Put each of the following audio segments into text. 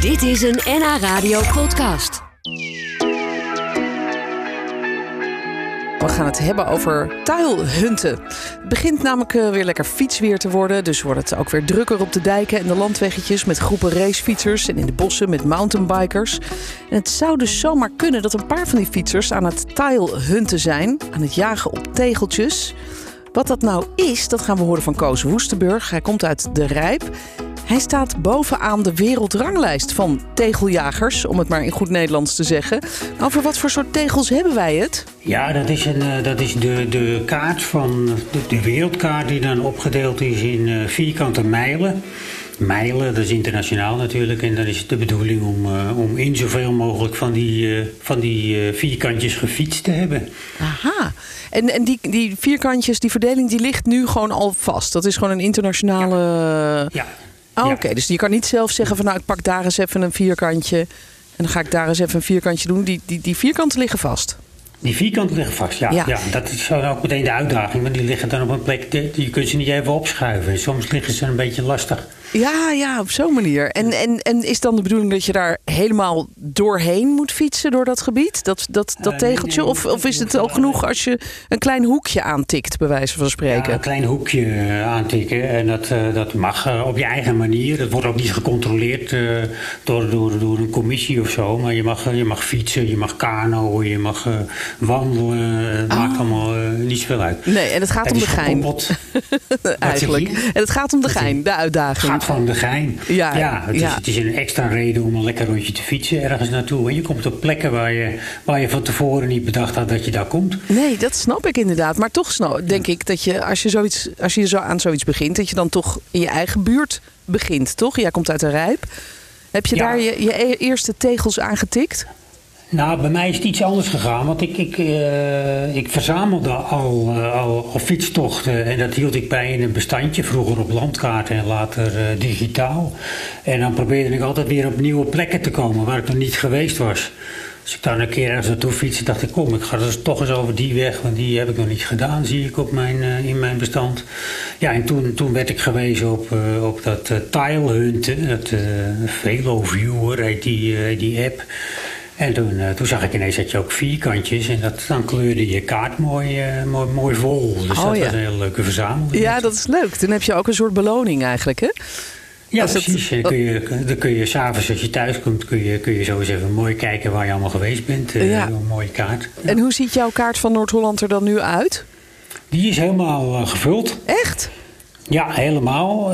Dit is een NH Radio podcast. We gaan het hebben over tile-hunten. Het begint namelijk weer lekker fietsweer te worden. Dus wordt het ook weer drukker op de dijken en de landweggetjes met groepen racefietsers en in de bossen met mountainbikers. En het zou dus zomaar kunnen dat een paar van die fietsers aan het tile-hunten zijn, aan het jagen op tegeltjes. Wat dat nou is, dat gaan we horen van Koos Woestenburg. Hij komt uit De Rijp. Hij staat bovenaan de wereldranglijst van tegeljagers, om het maar in goed Nederlands te zeggen. Over wat voor soort tegels hebben wij het? Ja, dat is de kaart van de wereldkaart die dan opgedeeld is in vierkante mijlen. Mijlen, dat is internationaal natuurlijk. En dan is het de bedoeling om in zoveel mogelijk van die vierkantjes gefietst te hebben. Aha. En die vierkantjes, die verdeling, die ligt nu gewoon al vast. Dat is gewoon een internationale... Ja. Oh, oké. Dus je kan niet zelf zeggen van nou, ik pak daar eens even een vierkantje en dan ga ik daar eens even een vierkantje doen. Die vierkanten liggen vast. Die vierkanten liggen vast, ja. Dat is dan ook meteen de uitdaging, want die liggen dan op een plek, je kunt ze niet even opschuiven. Soms liggen ze een beetje lastig. Ja, op zo'n manier. En is dan de bedoeling dat je daar helemaal doorheen moet fietsen door dat gebied? Dat tegeltje? Nee. Of is het al genoeg als je een klein hoekje aantikt, bij wijze van spreken? Ja, een klein hoekje aantikken. En dat mag op je eigen manier. Dat wordt ook niet gecontroleerd door een commissie of zo. Maar je mag fietsen, je mag kanoën, je mag wandelen. Het maakt allemaal niet zoveel uit. Nee, en het gaat om de gein. Eigenlijk. En het gaat om de gein, de uitdaging. Van de gein. Het is een extra reden om een lekker rondje te fietsen ergens naartoe. En je komt op plekken waar je van tevoren niet bedacht had dat je daar komt. Nee, dat snap ik inderdaad. Maar toch denk ik dat je als je zo aan zoiets begint, dat je dan toch in je eigen buurt begint, toch? Jij komt uit De Rijp. Heb je daar je eerste tegels aangetikt? Nou, bij mij is het iets anders gegaan, want ik verzamelde al fietstochten en dat hield ik bij in een bestandje, vroeger op landkaarten en later digitaal. En dan probeerde ik altijd weer op nieuwe plekken te komen waar ik nog niet geweest was. Als ik dan een keer ergens naartoe fietste, dacht ik, kom, ik ga dus toch eens over die weg, want die heb ik nog niet gedaan, zie ik in mijn bestand. Ja, en toen werd ik gewezen op dat tile-hunten, dat VeloViewer heet die app. En toen zag ik ineens dat je ook vierkantjes en dan kleurde je kaart mooi vol. Dus dat was een hele leuke verzameling. Ja, dat is leuk. Dan heb je ook een soort beloning eigenlijk, hè? Ja, precies. Dan kun je s'avonds als je thuis komt, kun je zo eens even mooi kijken waar je allemaal geweest bent. Een mooie kaart. Ja. En hoe ziet jouw kaart van Noord-Holland er dan nu uit? Die is helemaal gevuld. Echt? Ja, helemaal.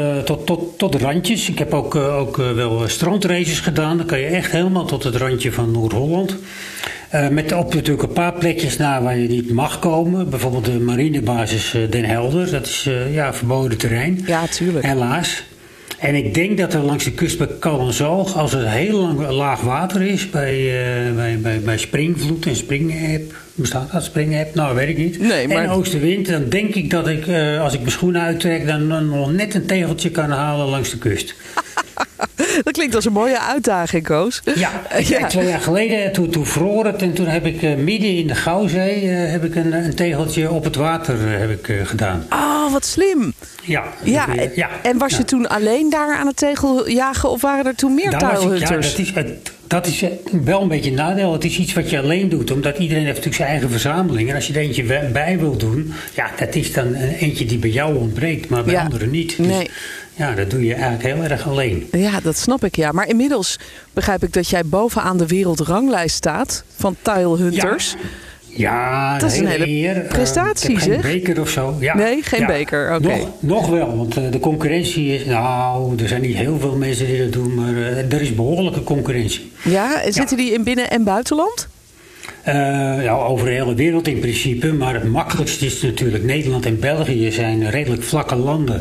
Tot de randjes. Ik heb ook wel strandraces gedaan. Dan kan je echt helemaal tot het randje van Noord-Holland. Met op natuurlijk een paar plekjes naar waar je niet mag komen. Bijvoorbeeld de marinebasis Den Helder. Dat is verboden terrein. Ja, tuurlijk. Helaas. En ik denk dat er langs de kust bij Callenzalg, als het heel laag water is, bij springvloed en springapp, bestaat dat springapp? Nou, weet ik niet. Nee, maar... En oostenwind, dan denk ik dat ik, als ik mijn schoenen uittrek, dan nog net een tegeltje kan halen langs de kust. Dat klinkt als een mooie uitdaging, Koos. Ja. 2 jaar geleden, toen vroor het en toen heb ik midden in de Gouwzee een tegeltje op het water gedaan. Oh, wat slim. Ja. En was je toen alleen daar aan het tegeljagen of waren er toen meer tile-hunters? Dat is wel een beetje een nadeel. Het is iets wat je alleen doet, omdat iedereen heeft natuurlijk zijn eigen verzameling. En als je er eentje bij wil doen, dat is dan eentje die bij jou ontbreekt, maar bij anderen niet. Dus, nee. Ja, dat doe je eigenlijk heel erg alleen. Ja, dat snap ik, ja. Maar inmiddels begrijp ik dat jij bovenaan de wereldranglijst staat van tile-hunters. Ja, dat is een hele prestatie, zeg. Geen beker of zo. Ja. Nee, geen beker, oké. Nog wel, want de concurrentie is... Nou, er zijn niet heel veel mensen die dat doen, maar er is behoorlijke concurrentie. Ja, en zitten die in binnen- en buitenland? Over de hele wereld in principe. Maar het makkelijkste is natuurlijk Nederland en België zijn redelijk vlakke landen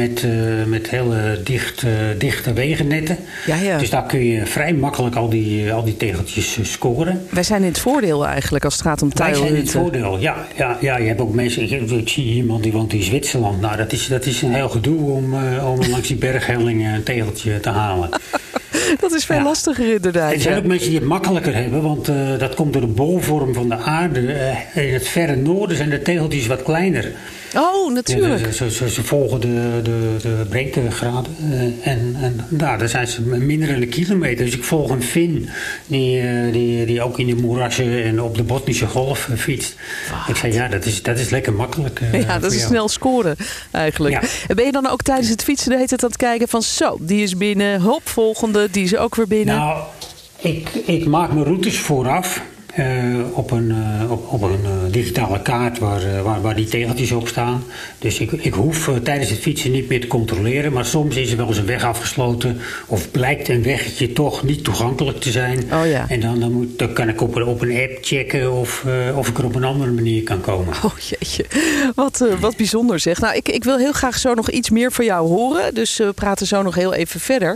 met hele dichte wegennetten. Ja. Dus daar kun je vrij makkelijk al die tegeltjes scoren. Wij zijn in het voordeel eigenlijk als het gaat om tile-hunten. Wij zijn in het voordeel, ja. Je hebt ook mensen, ik zie iemand die woont in Zwitserland. Nou, dat is een heel gedoe om langs die berghellingen een tegeltje te halen. Dat is veel lastiger inderdaad. Er zijn ook mensen die het makkelijker hebben, want dat komt door de bolvorm van de aarde. In het verre noorden zijn de tegeltjes wat kleiner. Oh, natuurlijk. Ze volgen de breedtegraden. En daar zijn ze minder dan een kilometer. Dus ik volg een Fin die ook in de moerassen en op de Botnische Golf fietst. Ik zei, ja, dat is lekker makkelijk. Ja, dat is snel scoren eigenlijk. Ja. Ben je dan ook tijdens het fietsen de hele tijd aan het kijken van zo, die is binnen, hop, volgende, die is ook weer binnen? Nou, ik maak mijn routes vooraf. Op een digitale kaart waar die tegeltjes op staan. Dus ik hoef tijdens het fietsen niet meer te controleren. Maar soms is er wel eens een weg afgesloten. Of blijkt een weggetje toch niet toegankelijk te zijn. Oh ja. En dan kan ik op een app checken of ik er op een andere manier kan komen. Oh jeetje, wat bijzonder zeg. Nou, ik wil heel graag zo nog iets meer van jou horen. Dus we praten zo nog heel even verder.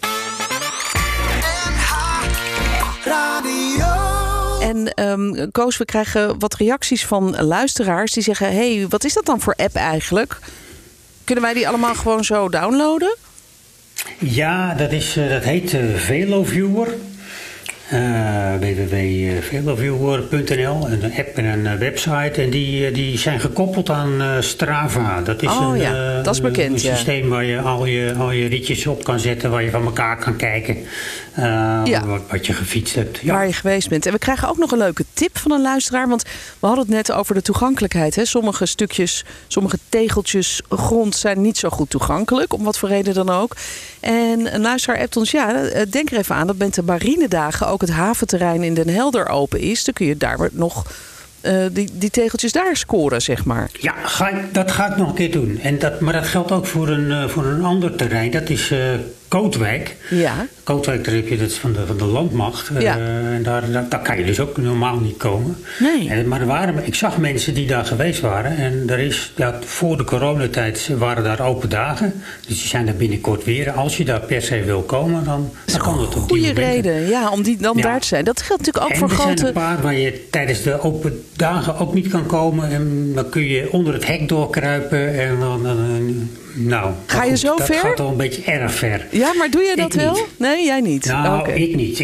En Koos, we krijgen wat reacties van luisteraars die zeggen, hey, wat is dat dan voor app eigenlijk? Kunnen wij die allemaal gewoon zo downloaden? Ja, dat heet VeloViewer. www.veloviewer.nl, een app en een website. En die zijn gekoppeld aan Strava. Dat is dat is bekend, een systeem waar je al je ritjes op kan zetten, waar je van elkaar kan kijken wat je gefietst hebt. Ja. Waar je geweest bent. En we krijgen ook nog een leuke tip van een luisteraar. Want we hadden het net over de toegankelijkheid. Hè? Sommige stukjes, sommige tegeltjes grond zijn niet zo goed toegankelijk. Om wat voor reden dan ook. En een luisteraar appt ons, denk er even aan dat met de marinedagen ook het haventerrein in Den Helder open is. Dan kun je daar nog die tegeltjes daar scoren, zeg maar. Ja, dat ga ik nog een keer doen. Maar dat geldt ook voor een ander terrein. Dat is Kootwijk. Ja. Kootwijk, daar heb je dat van de landmacht. En daar kan je dus ook normaal niet komen. Nee. Maar ik zag mensen die daar geweest waren. En voor de coronatijd waren daar open dagen. Dus die zijn er binnenkort weer. Als je daar per se wil komen, dan kan dat op die goede reden, om daar te zijn. Dat geldt natuurlijk ook voor grote... Er zijn een paar waar je tijdens de open dagen ook niet kan komen. En dan kun je onder het hek doorkruipen. En dan ga je zo dat ver? Dat gaat al een beetje erg ver. Ja, maar doe je dat wel? Niet. Nee, jij niet? Nou, okay. Ik niet.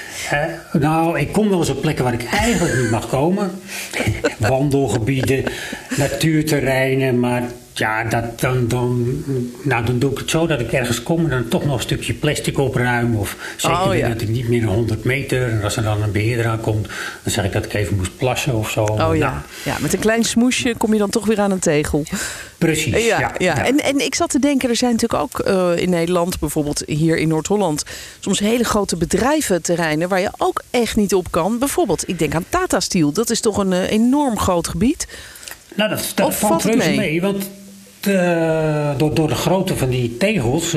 Ik kom wel eens op plekken waar ik eigenlijk niet mag komen. Wandelgebieden, natuurterreinen, maar ja, dan doe ik het zo dat ik ergens kom en dan toch nog een stukje plastic opruim. Of zeker dat ik niet meer dan 100 meter. En als er dan een beheerder aankomt, dan zeg ik dat ik even moest plassen of zo. Ja, met een klein smoesje kom je dan toch weer aan een tegel. Precies, ja. En ik zat te denken, er zijn natuurlijk ook in Nederland, bijvoorbeeld hier in Noord-Holland, soms hele grote bedrijventerreinen waar je ook echt niet op kan. Bijvoorbeeld, ik denk aan Tata Steel. Dat is toch een enorm groot gebied? Nou, dat valt reuze mee, want door de grootte van die tegels,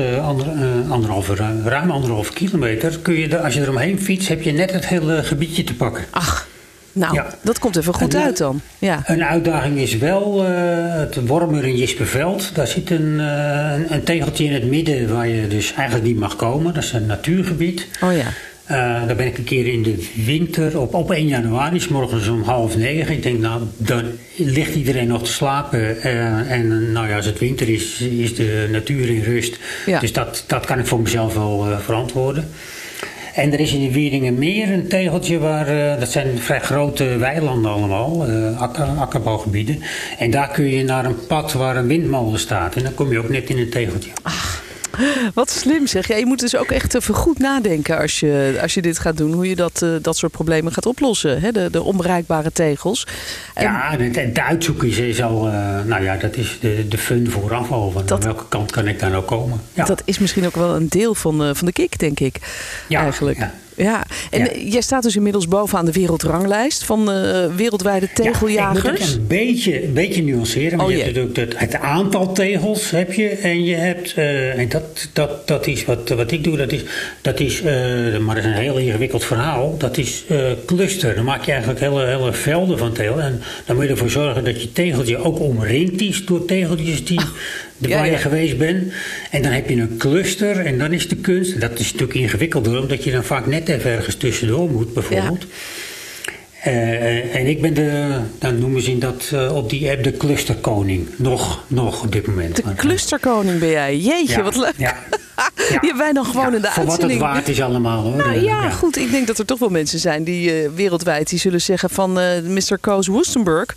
ruim 1,5 kilometer, kun je als je eromheen fietst, heb je net het hele gebiedje te pakken. Ach, dat komt even goed uit dan. Ja. Een uitdaging is wel het Wormer in Jisperveld. Daar zit een tegeltje in het midden waar je dus eigenlijk niet mag komen. Dat is een natuurgebied. Oh ja. Daar ben ik een keer in de winter op 1 januari, 's morgens om 8:30. Ik denk, dan ligt iedereen nog te slapen. En als het winter is de natuur in rust. Ja. Dus dat kan ik voor mezelf wel verantwoorden. En er is in de Wieringermeer een tegeltje dat zijn vrij grote weilanden allemaal, akkerbouwgebieden. En daar kun je naar een pad waar een windmolen staat. En dan kom je ook net in een tegeltje. Ach. Wat slim zeg. Ja, je moet dus ook echt even goed nadenken als je dit gaat doen. Hoe je dat soort problemen gaat oplossen. Hè? De onbereikbare tegels. Ja, de uitzoeken is al... dat is de fun vooraf al. Aan welke kant kan ik daar nou komen? Ja. Dat is misschien ook wel een deel van de kick, denk ik. Ja, eigenlijk. Ja. En jij staat dus inmiddels bovenaan de wereldranglijst van wereldwijde tegeljagers. Ja, ik moet het een beetje nuanceren. Want je hebt natuurlijk het aantal tegels heb je. En je hebt, en dat is wat ik doe, dat is maar dat is een heel ingewikkeld verhaal. Dat is cluster. Dan maak je eigenlijk hele velden van tegels. En dan moet je ervoor zorgen dat je tegeltje ook omringd is door tegeltjes waar je geweest bent. En dan heb je een cluster en dan is de kunst. Dat is natuurlijk ingewikkelder, omdat je dan vaak net even ergens tussendoor moet, bijvoorbeeld. Ja. En ik ben dan noemen ze dat op die app de clusterkoning. Nog op dit moment. De clusterkoning ben jij. Jeetje, wat leuk. Ja. Die wij dan gewoon in de uitzending. Voor wat het waard is allemaal, hoor. Nou, goed. Ik denk dat er toch wel mensen zijn die wereldwijd die zullen zeggen van Mr. Koos Woestenberg.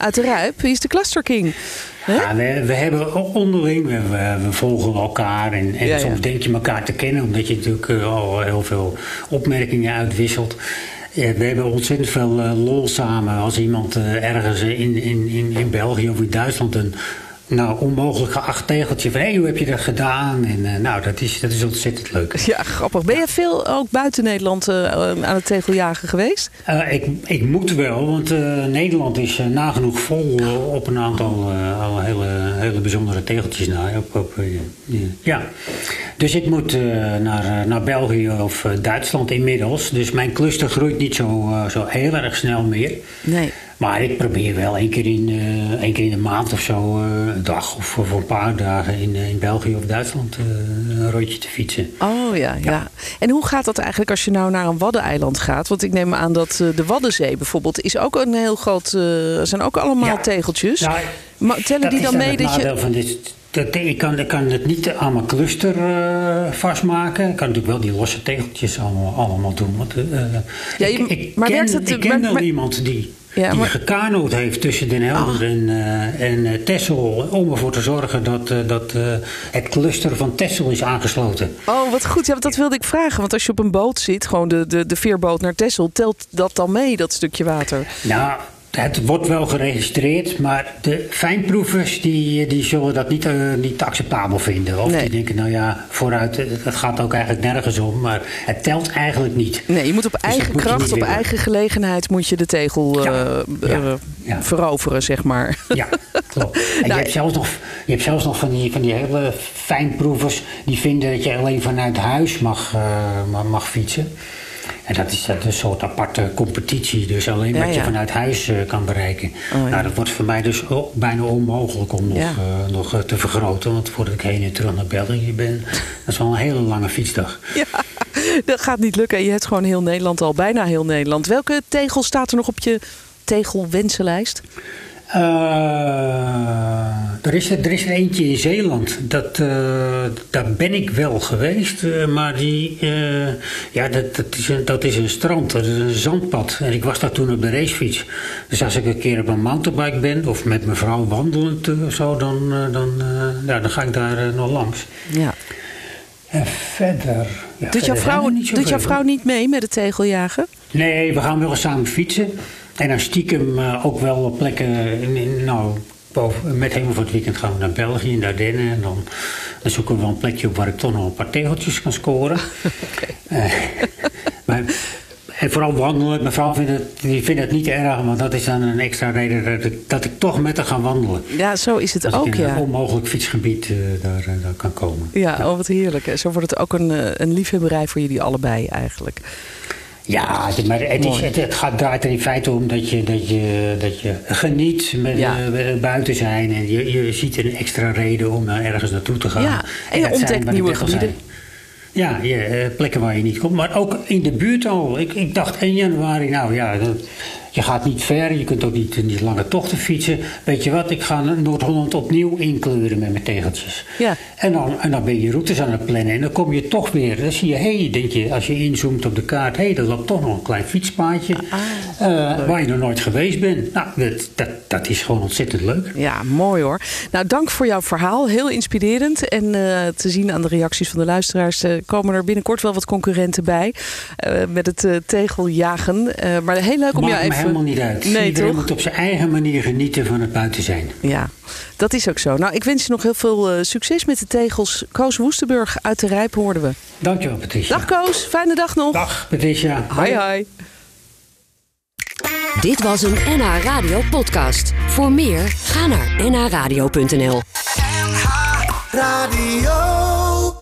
uit de Ruip. Wie is de Cluster King? Ja, we hebben onderling, we volgen elkaar en soms denk je elkaar te kennen, omdat je natuurlijk al heel veel opmerkingen uitwisselt. We hebben ontzettend veel lol samen als iemand ergens in België of in Duitsland een onmogelijk geacht tegeltje van hoe heb je dat gedaan? En dat is ontzettend leuk. Ja, grappig. Ben je veel ook buiten Nederland aan het tegeljagen geweest? Ik moet wel, want Nederland is nagenoeg vol op een aantal hele bijzondere tegeltjes na. Ja. Dus ik moet naar België of Duitsland inmiddels. Dus mijn cluster groeit niet zo heel erg snel meer. Nee. Maar ik probeer wel één keer in de maand of zo, een dag of voor een paar dagen in België of Duitsland een rondje te fietsen. Oh ja. En hoe gaat dat eigenlijk als je nou naar een waddeneiland gaat? Want ik neem aan dat de Waddenzee bijvoorbeeld is ook een heel groot, zijn ook allemaal tegeltjes. Nou, maar tellen die dan mee dat je... Van dit, ik kan het niet aan mijn cluster vastmaken. Ik kan natuurlijk wel die losse tegeltjes allemaal doen. Want, ik ken wel iemand die gekanoed heeft tussen Den Helder en Texel om ervoor te zorgen dat het cluster van Texel is aangesloten. Oh, wat goed. Ja, dat wilde ik vragen. Want als je op een boot zit, gewoon de veerboot naar Texel, telt dat dan mee, dat stukje water? Nou, het wordt wel geregistreerd, maar de fijnproevers die zullen dat niet acceptabel vinden. Of die denken, vooruit, het gaat ook eigenlijk nergens om, maar het telt eigenlijk niet. Nee, je moet op eigen kracht, op eigen gelegenheid moet je de tegel veroveren, zeg maar. Ja, klopt. En je hebt zelfs nog van die hele fijnproevers die vinden dat je alleen vanuit huis mag fietsen. En dat is een soort aparte competitie. Dus alleen wat je vanuit huis kan bereiken. Dat wordt voor mij dus bijna onmogelijk om nog te vergroten. Want voordat ik heen en terug naar België ben, dat is wel een hele lange fietsdag. Ja, dat gaat niet lukken. Je hebt gewoon heel Nederland al, bijna heel Nederland. Welke tegel staat er nog op je tegelwensenlijst? Er is er eentje in Zeeland. Daar ben ik wel geweest. Maar dat is een strand. Dat is een zandpad. En ik was daar toen op de racefiets. Dus als ik een keer op een mountainbike ben of met mijn vrouw wandelend of zo, dan ga ik daar nog langs. Ja. En verder... Doet jouw vrouw niet mee met het tegeljagen? Nee, we gaan wel samen fietsen. En dan stiekem ook wel op plekken, met helemaal voor het weekend gaan we naar België, naar Ardennen. En dan zoeken we wel een plekje op waar ik toch nog een paar tegeltjes kan scoren. En vooral wandelen. Mijn vrouw vindt het niet erg, want dat is dan een extra reden dat ik toch met haar ga wandelen. Ja, zo is het ook, ik in een onmogelijk fietsgebied daar kan komen. Ja, wat heerlijk. Hè? Zo wordt het ook een liefhebberij voor jullie allebei eigenlijk. Ja, maar het draait er in feite om dat je geniet met buiten zijn. En je ziet een extra reden om ergens naartoe te gaan. Ja, en je ontdekt nieuwe gebieden. Ja, plekken waar je niet komt. Maar ook in de buurt al. Ik dacht 1 januari, je gaat niet ver. Je kunt ook niet lange tochten fietsen. Weet je wat, ik ga Noord-Holland opnieuw inkleuren met mijn tegeltjes. Ja. En dan ben je routes aan het plannen. En dan kom je toch weer. Dan zie je, denk je, als je inzoomt op de kaart. Er loopt toch nog een klein fietspaadje. Waar je nog nooit geweest bent. Nou, dat is gewoon ontzettend leuk. Ja, mooi hoor. Nou, dank voor jouw verhaal. Heel inspirerend. En te zien aan de reacties van de luisteraars komen er binnenkort wel wat concurrenten bij. Met het tegeljagen. Maar heel leuk om jou even... helemaal niet uit. Nee, iedereen moet op zijn eigen manier genieten van het buiten zijn. Ja, dat is ook zo. Nou, ik wens je nog heel veel succes met de tegels. Koos Woestenburg uit de Rijp hoorden we. Dankjewel, Patricia. Dag Koos, fijne dag nog. Dag, Patricia. Hoi. Dit was een NH Radio podcast. Voor meer, ga naar nhradio.nl. NH Radio.